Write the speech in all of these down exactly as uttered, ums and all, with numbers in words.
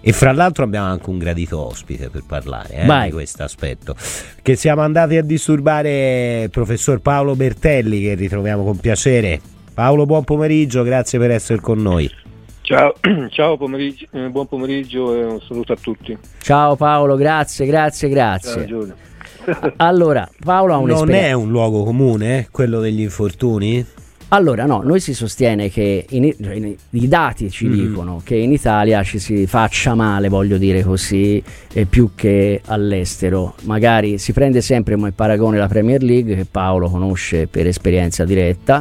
E fra l'altro abbiamo anche un gradito ospite per parlare eh, di questo aspetto, che siamo andati a disturbare il professor Paolo Bertelli, che ritroviamo con piacere. Paolo, buon pomeriggio, grazie per essere con noi. Ciao, ciao pomeriggio, eh, buon pomeriggio e un saluto a tutti. Ciao Paolo, grazie, grazie, grazie. Ciao, allora, Paolo ha un'esperienza. Non è un luogo comune, eh, quello degli infortuni? Allora, no, noi si sostiene che in, in, i dati ci mm-hmm. dicono che in Italia ci si faccia male, voglio dire così, eh, più che all'estero. Magari si prende sempre come paragone la Premier League, che Paolo conosce per esperienza diretta,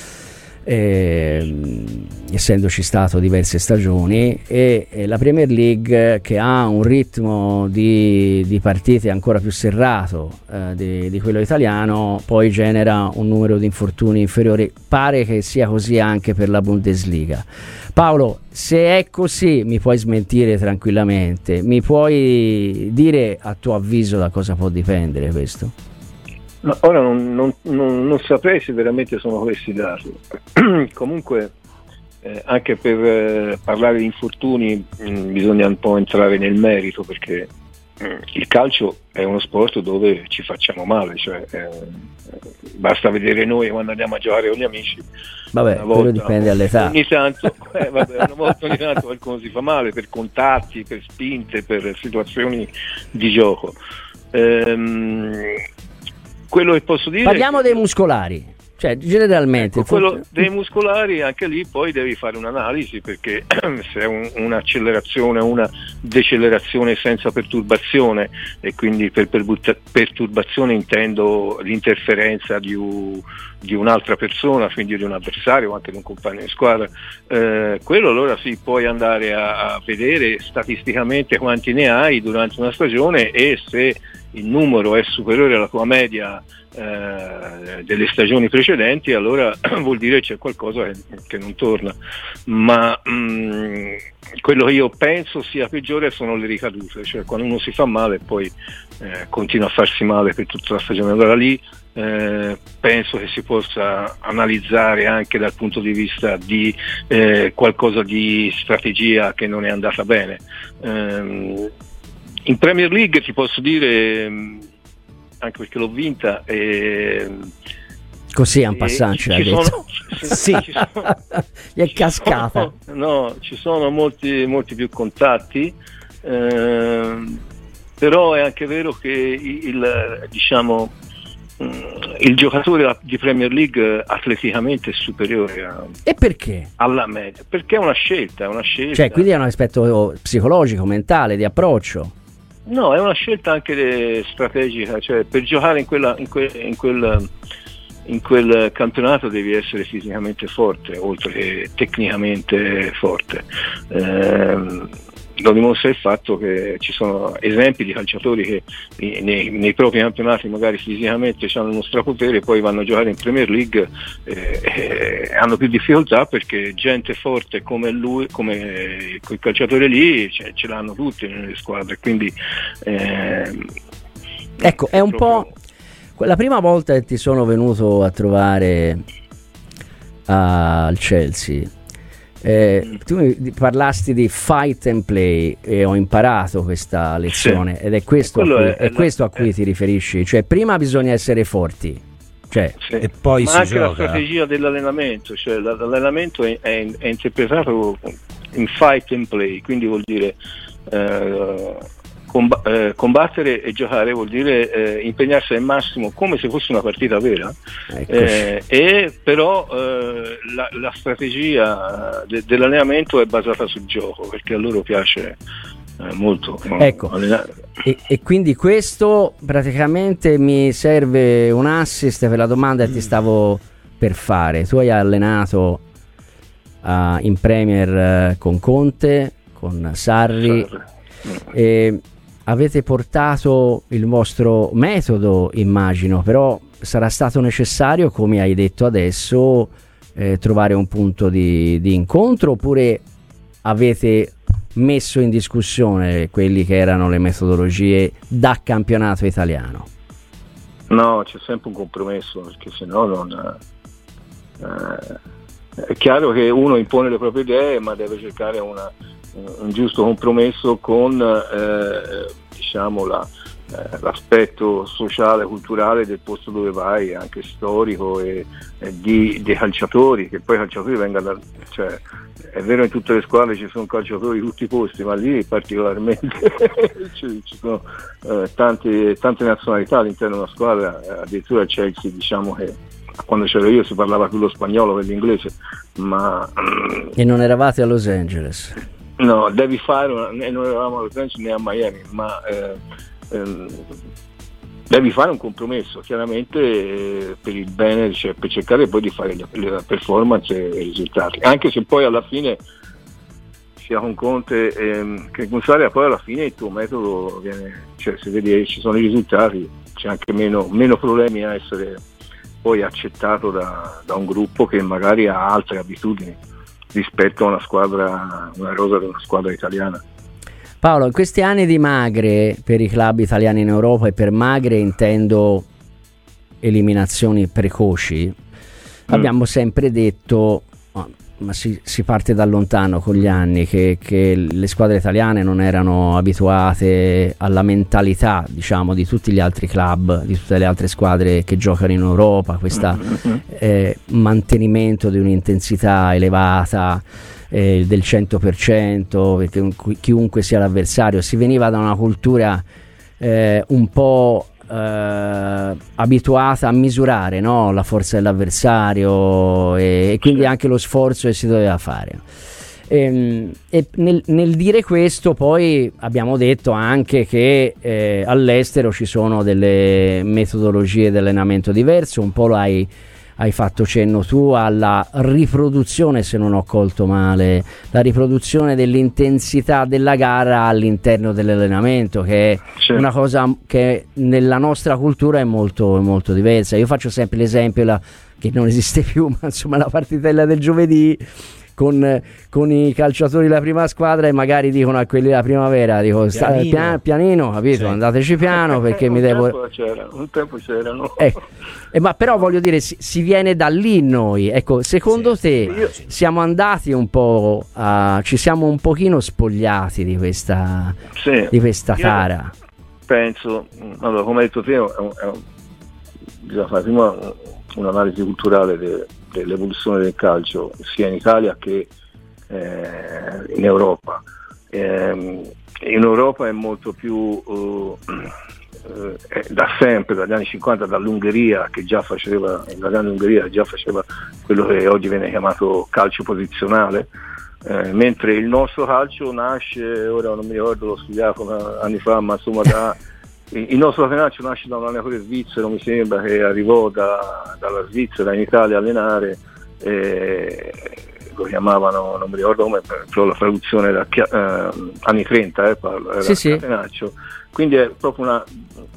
Eh, essendoci stato diverse stagioni, e, e la Premier League, che ha un ritmo di, di partite ancora più serrato eh, di, di quello italiano, poi genera un numero di infortuni inferiori. Pare che sia così anche per la Bundesliga. Paolo, se è così mi puoi smentire tranquillamente, mi puoi dire a tuo avviso da cosa può dipendere questo? No, ora non, non, non, non saprei se veramente sono questi dati. Comunque eh, anche per eh, parlare di infortuni mh, bisogna un po' entrare nel merito, perché mh, il calcio è uno sport dove ci facciamo male, cioè eh, basta vedere noi quando andiamo a giocare con gli amici. Vabbè, quello dipende dall'età. Ogni tanto, eh, vabbè, una volta ogni tanto qualcuno si fa male per contatti, per spinte, per situazioni di gioco. Ehm, Quello che posso dire, parliamo dei muscolari, cioè generalmente ecco, quello dei muscolari, anche lì poi devi fare un'analisi, perché se è un, un'accelerazione o una decelerazione senza perturbazione, e quindi per, per perturbazione intendo l'interferenza di, un, di un'altra persona, quindi di un avversario o anche di un compagno di squadra, eh, quello allora sì, puoi andare a, a vedere statisticamente quanti ne hai durante una stagione, e se il numero è superiore alla tua media eh, delle stagioni precedenti, allora vuol dire che c'è qualcosa che, che non torna. Ma mh, quello che io penso sia peggiore sono le ricadute, cioè quando uno si fa male e poi eh, continua a farsi male per tutta la stagione. Allora lì eh, penso che si possa analizzare anche dal punto di vista di eh, qualcosa di strategia che non è andata bene. Eh, In Premier League ti posso dire, anche perché l'ho vinta, eh, così è un passaggio, ci, ci sono, sì, ci sono, gli è cascata. Sono, no, ci sono molti, molti più contatti, eh, però è anche vero che il, diciamo, il giocatore di Premier League atleticamente è superiore a, e perché? alla media, perché è una scelta, è una scelta. Cioè, quindi è un aspetto psicologico, mentale, di approccio. No, è una scelta anche strategica, cioè per giocare in quella in quel, in quel in quel campionato devi essere fisicamente forte, oltre che tecnicamente forte. Eh, lo dimostra il fatto che ci sono esempi di calciatori che nei, nei propri campionati magari fisicamente hanno uno strapotere, poi vanno a giocare in Premier League e eh, eh, hanno più difficoltà, perché gente forte come lui, come quel calciatore lì, cioè, ce l'hanno tutti nelle squadre, quindi eh, ecco, è un proprio... po' la prima volta che ti sono venuto a trovare al Chelsea. Eh, tu mi parlasti di fight and play e ho imparato questa lezione, sì. Ed è questo, a cui, è, è questo a cui è... ti riferisci, cioè prima bisogna essere forti, cioè, sì. E poi ma si anche gioca. La strategia dell'allenamento, cioè l'allenamento è, è, è interpretato in fight and play, quindi vuol dire eh, combattere e giocare, vuol dire eh, impegnarsi al massimo come se fosse una partita vera, eh, e però eh, la, la strategia de, dell'allenamento è basata sul gioco, perché a loro piace eh, molto, ecco, allenare. E, e quindi questo praticamente mi serve un assist per la domanda che ti stavo per fare. Tu hai allenato uh, in Premier uh, con Conte, con Sarri, Sarri. E avete portato il vostro metodo, immagino, però sarà stato necessario, come hai detto adesso, eh, trovare un punto di, di incontro, oppure avete messo in discussione quelli che erano le metodologie da campionato italiano? No, c'è sempre un compromesso, perché sennò non eh, è chiaro che uno impone le proprie idee, ma deve cercare una un giusto compromesso con eh, diciamo la, eh, l'aspetto sociale, culturale del posto dove vai, anche storico e, e di, dei calciatori, che poi i calciatori vengano da, cioè, è vero in tutte le squadre ci sono calciatori di tutti i posti, ma lì particolarmente ci, ci sono eh, tante, tante nazionalità all'interno della squadra, addirittura a Chelsea diciamo che quando c'ero io si parlava più lo spagnolo che l'inglese, ma e non eravate a Los Angeles? No, devi fare una, non eravamo a Los Angeles né a Miami, ma eh, ehm, devi fare un compromesso chiaramente eh, per il bene, cioè, per cercare poi di fare le, le performance e i risultati, anche se poi alla fine sia con Conte ehm, che con Sarri, poi alla fine il tuo metodo viene, cioè se vedi che ci sono i risultati c'è anche meno, meno problemi a essere poi accettato da, da un gruppo che magari ha altre abitudini rispetto a una squadra, una rosa di una squadra italiana. Paolo, in questi anni di magre per i club italiani in Europa, e per magre intendo eliminazioni precoci, mm. abbiamo sempre detto, ma si, si parte da lontano con gli anni, che, che le squadre italiane non erano abituate alla mentalità, diciamo, di tutti gli altri club, di tutte le altre squadre che giocano in Europa, questo mm-hmm. eh, mantenimento di un'intensità elevata eh, del cento per cento, perché chiunque sia l'avversario, si veniva da una cultura eh, un po' Uh, abituata a misurare, no? La forza dell'avversario e, e quindi anche lo sforzo che si doveva fare. E, e nel, nel dire questo poi abbiamo detto anche che eh, all'estero ci sono delle metodologie di allenamento diverse, un po' lo hai hai fatto cenno tu alla riproduzione, se non ho colto male, la riproduzione dell'intensità della gara all'interno dell'allenamento, che è sì. una cosa che nella nostra cultura è molto, molto diversa. Io faccio sempre l'esempio, la, che non esiste più, ma insomma la partitella del giovedì con, con i calciatori della prima squadra, e magari dicono a quelli della primavera, dico pianino, pian, pianino capito? Sì. Andateci piano perché mi devo tempo c'era, un tempo c'erano eh, eh, ma però voglio dire si, si viene da lì noi, ecco, secondo sì. te Io... siamo andati un po' a, ci siamo un pochino spogliati di questa sì. di questa tara? Penso, allora come hai detto te, è un, è un, bisogna fare prima un'analisi culturale de, dell'evoluzione del calcio sia in Italia che eh, in Europa. Eh, in Europa è molto più uh, eh, da sempre, dagli anni cinquanta, dall'Ungheria che già faceva, la grande Ungheria già faceva quello che oggi viene chiamato calcio posizionale, eh, mentre il nostro calcio nasce, ora non mi ricordo, l'ho studiato anni fa, ma insomma da il nostro calcio nasce da un allenatore svizzero, mi sembra, che arrivò da, dalla Svizzera in Italia a allenare, eh, lo chiamavano, non mi ricordo come, però la traduzione era eh, anni trenta, eh, parlo, era sì, catenaccio. Sì. Quindi è proprio una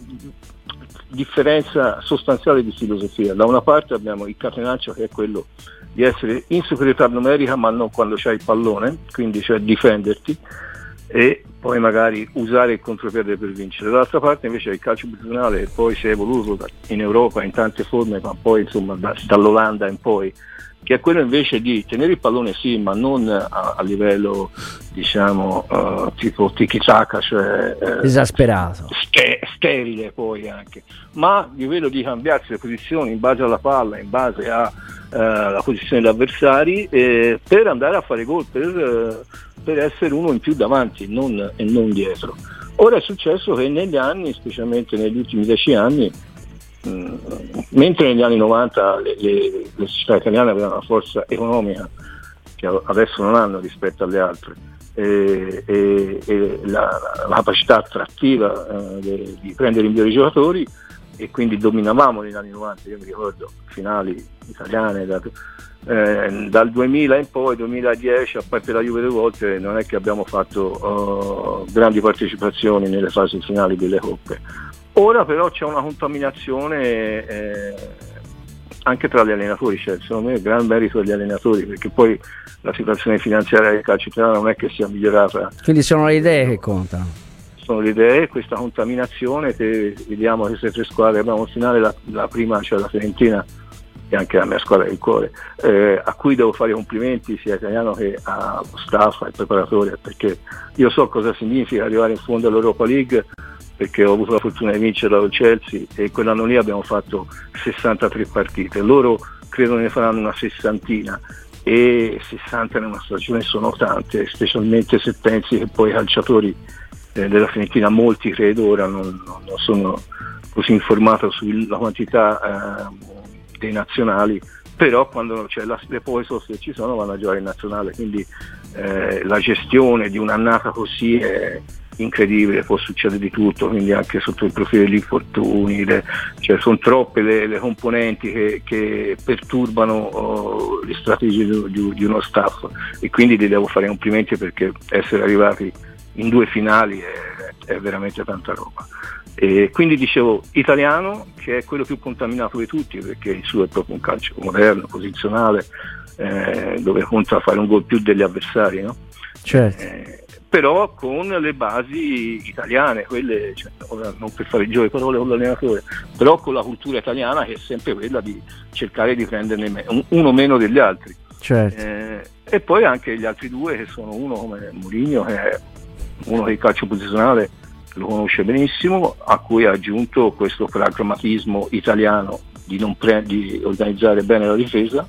differenza sostanziale di filosofia. Da una parte abbiamo il catenaccio, che è quello di essere in superiorità numerica ma non quando c'hai il pallone, quindi cioè difenderti e poi magari usare il contropiede per vincere. Dall'altra parte invece il calcio posizionale, che poi si è evoluto in Europa in tante forme, ma poi insomma da, dall'Olanda in poi, che è quello invece di tenere il pallone sì, ma non a, a livello diciamo uh, tipo tiki-taka, cioè eh, esasperato, ste- sterile poi anche, ma di quello di cambiarsi le posizioni in base alla palla, in base alla uh, posizione degli avversari, eh, per andare a fare gol, per, uh, per essere uno in più davanti non, e non dietro. Ora è successo che negli anni, specialmente negli ultimi dieci anni, mh, mentre negli anni novanta le, le, le società italiane avevano una forza economica che adesso non hanno rispetto alle altre, e, e, e la, la capacità attrattiva eh, de, di prendere i migliori giocatori, e quindi dominavamo negli anni novanta. Io mi ricordo finali italiane da, eh, dal duemila in poi, duemiladieci, a parte la Juve due volte, non è che abbiamo fatto uh, grandi partecipazioni nelle fasi finali delle coppe. Ora però c'è una contaminazione eh, anche tra gli allenatori, cioè secondo me è gran merito degli allenatori, perché poi la situazione finanziaria del calcio italiano non è che sia migliorata. Quindi sono le idee che contano. Sono le idee, questa contaminazione, che vediamo che queste tre squadre, abbiamo in finale la, la prima, cioè la Fiorentina, e anche la mia squadra del cuore, eh, a cui devo fare i complimenti sia italiano che allo staff, al preparatore, perché io so cosa significa arrivare in fondo all'Europa League, perché ho avuto la fortuna di vincerla con Chelsea e quell'anno lì abbiamo fatto sessantatré partite, loro credo ne faranno una sessantina, e sessanta in una stagione sono tante, specialmente se pensi che poi i calciatori eh, della Fiorentina, molti credo, ora non, non sono così informato sulla quantità eh, dei nazionali, però quando c'è la, le poche soste che ci sono vanno a giocare in nazionale, quindi eh, la gestione di un'annata così è incredibile, può succedere di tutto, quindi anche sotto il profilo degli infortuni, le, cioè sono troppe le, le componenti che, che perturbano oh, le strategie di, di, di uno staff, e quindi gli devo fare complimenti, perché essere arrivati in due finali è, è veramente tanta roba. E quindi dicevo, italiano, che è quello più contaminato di tutti, perché il suo è proprio un calcio moderno, posizionale, eh, dove conta fare un gol più degli avversari, no? Certo. Eh, però con le basi italiane, quelle, cioè, ora non per fare giochi parole con l'allenatore, però con la cultura italiana, che è sempre quella di cercare di prenderne me- uno meno degli altri. Certo. Eh, e poi anche gli altri due, che sono uno come Mourinho, che è uno che il calcio posizionale lo conosce benissimo, a cui ha aggiunto questo pragmatismo italiano di, non pre- di organizzare bene la difesa,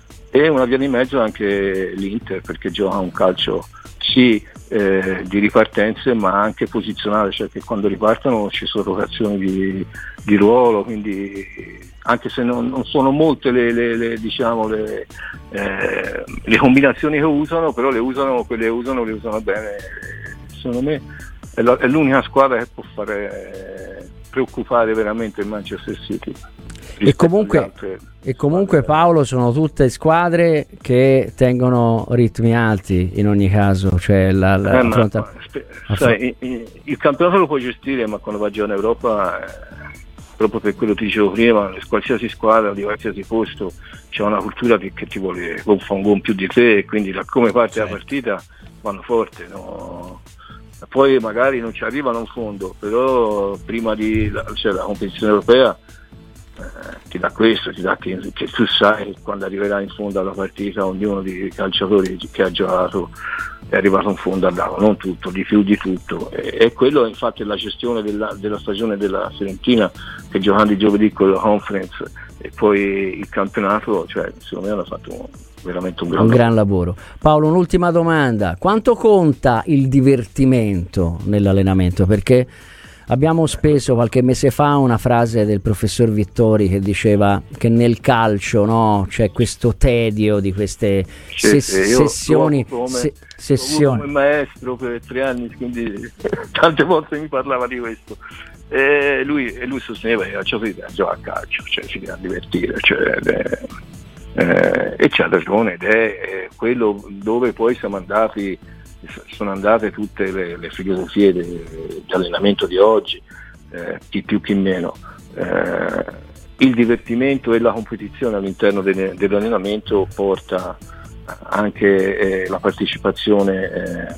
e una via di mezzo anche l'Inter, perché gioca un calcio sì eh, di ripartenze, ma anche posizionale, cioè che quando ripartono ci sono rotazioni di, di ruolo, quindi anche se non, non sono molte le, le, le, diciamo, le, eh, le combinazioni che usano, però le usano, quelle che usano le usano bene. Secondo me è, la, è l'unica squadra che può fare eh, preoccupare veramente il Manchester City. E comunque, e comunque Paolo, sono tutte squadre che tengono ritmi alti in ogni caso, cioè la, la, eh, ma, affronta, ma, spe- sai, il, il campionato lo puoi gestire, ma quando vai a giocare in Europa, eh, proprio per quello che ti dicevo prima, qualsiasi squadra di qualsiasi posto c'è una cultura che, che ti vuole fa un gol più di te, e quindi da come parte certo. La partita vanno forte, no? Poi magari non ci arrivano in fondo, però prima di cioè, la competizione europea Eh, ti dà questo, ti dà che, che tu sai che quando arriverà in fondo alla partita ognuno dei calciatori che ha giocato è arrivato in fondo a dato, non tutto, di più di tutto, e, e quello è infatti la gestione della, della stagione della Fiorentina, che giocando il giovedì con la Conference e poi il campionato, cioè secondo me hanno fatto un, veramente un gran, un gran lavoro. Paolo, un'ultima domanda: quanto conta il divertimento nell'allenamento? Perché abbiamo speso qualche mese fa una frase del professor Vittori che diceva che nel calcio, no, c'è questo tedio di queste sì, ses- sì, sessioni come, se- sessioni come maestro per tre anni, quindi tante volte mi parlava di questo, e lui, e lui sosteneva che i calciatori giocano a calcio, cioè si deve divertire, cioè, eh, eh, e c'ha ragione, ed è, è quello dove poi siamo andati sono andate tutte le, le filosofie di allenamento di oggi, eh, chi più chi meno. Eh, il divertimento e la competizione all'interno de, dell'allenamento porta anche eh, la partecipazione eh,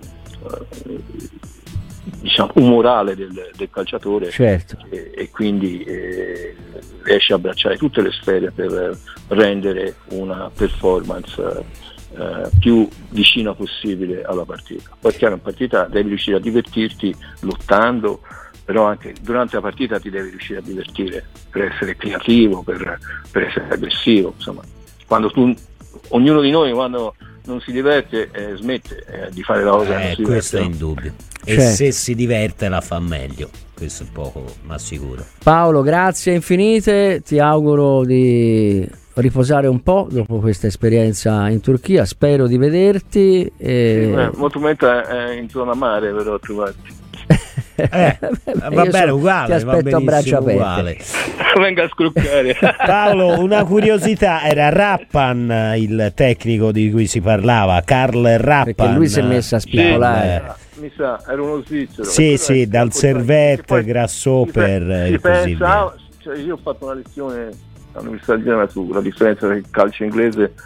diciamo umorale del, del calciatore, certo. e, e quindi eh, riesce a abbracciare tutte le sfere per rendere una performance Uh, più vicina possibile alla partita. Poi chiaro, in partita devi riuscire a divertirti lottando, però anche durante la partita ti devi riuscire a divertire per essere creativo, per, per essere aggressivo, insomma. Quando tu, ognuno di noi quando non si diverte eh, smette eh, di fare la cosa, eh, non si questo diverte, è no? indubbio, e certo. Se si diverte la fa meglio, questo è poco ma sicuro. Paolo, grazie infinite, ti auguro di riposare un po' dopo questa esperienza in Turchia, spero di vederti e... sì, eh, molto momento è in zona mare, però trovarti eh, va bene, uguale, ti aspetto a braccia aperte. Venga a scroccare. Paolo, una curiosità, era Rappan il tecnico di cui si parlava, Karl Rappan, perché lui si è messo a spigolare. Sì, mi sa, era uno svizzero. Sì, sì, dal Servette, Grasshopper e così via. Cioè, io ho fatto una lezione all'Università di Genova sulla differenza tra il calcio inglese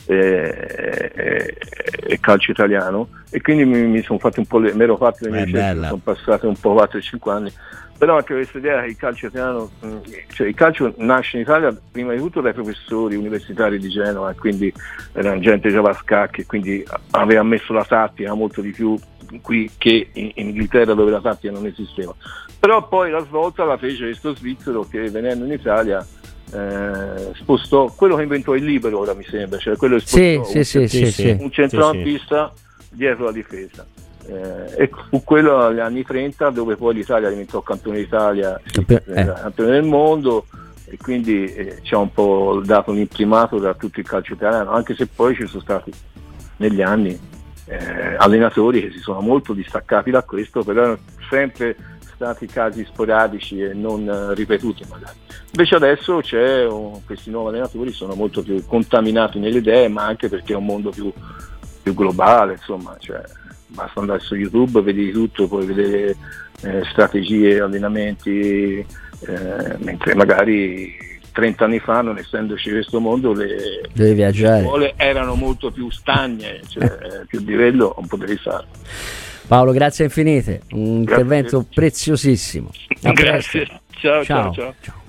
e, e, e calcio italiano, e quindi mi, mi sono fatto un po' le, mi ero fatto le mie ricerche, sono passate un po' quattro cinque anni, però anche questa idea che il calcio italiano, cioè il calcio nasce in Italia prima di tutto dai professori universitari di Genova, e quindi era gente che giocava a scacchi, quindi aveva messo la tattica molto di più qui che in, in Inghilterra, dove la tattica non esisteva. Però poi la svolta la fece questo svizzero che, venendo in Italia, eh, spostò quello che inventò il libero, ora mi sembra, cioè quello che spostò sì, un, sì, sì, sì, un centrocampista sì, sì. dietro la difesa. Eh, e fu quello agli anni trenta, dove poi l'Italia diventò campione d'Italia, Campione, eh. campione del mondo, e quindi eh, ci ha un po' dato un imprimato da tutto il calcio italiano, anche se poi ci sono stati negli anni eh, allenatori che si sono molto distaccati da questo, però erano sempre stati casi sporadici e non uh, ripetuti magari. Invece adesso c'è un, questi nuovi allenatori sono molto più contaminati nelle idee, ma anche perché è un mondo più, più globale, insomma, cioè, basta andare su YouTube, vedi tutto, puoi vedere eh, strategie, allenamenti, eh, mentre magari trenta anni fa, non essendoci questo mondo, le, devi viaggiare. Le scuole erano molto più stagne, cioè eh. più livello non potevi farlo. Paolo, grazie infinite, un grazie. Intervento preziosissimo. A grazie, ciao ciao ciao. ciao.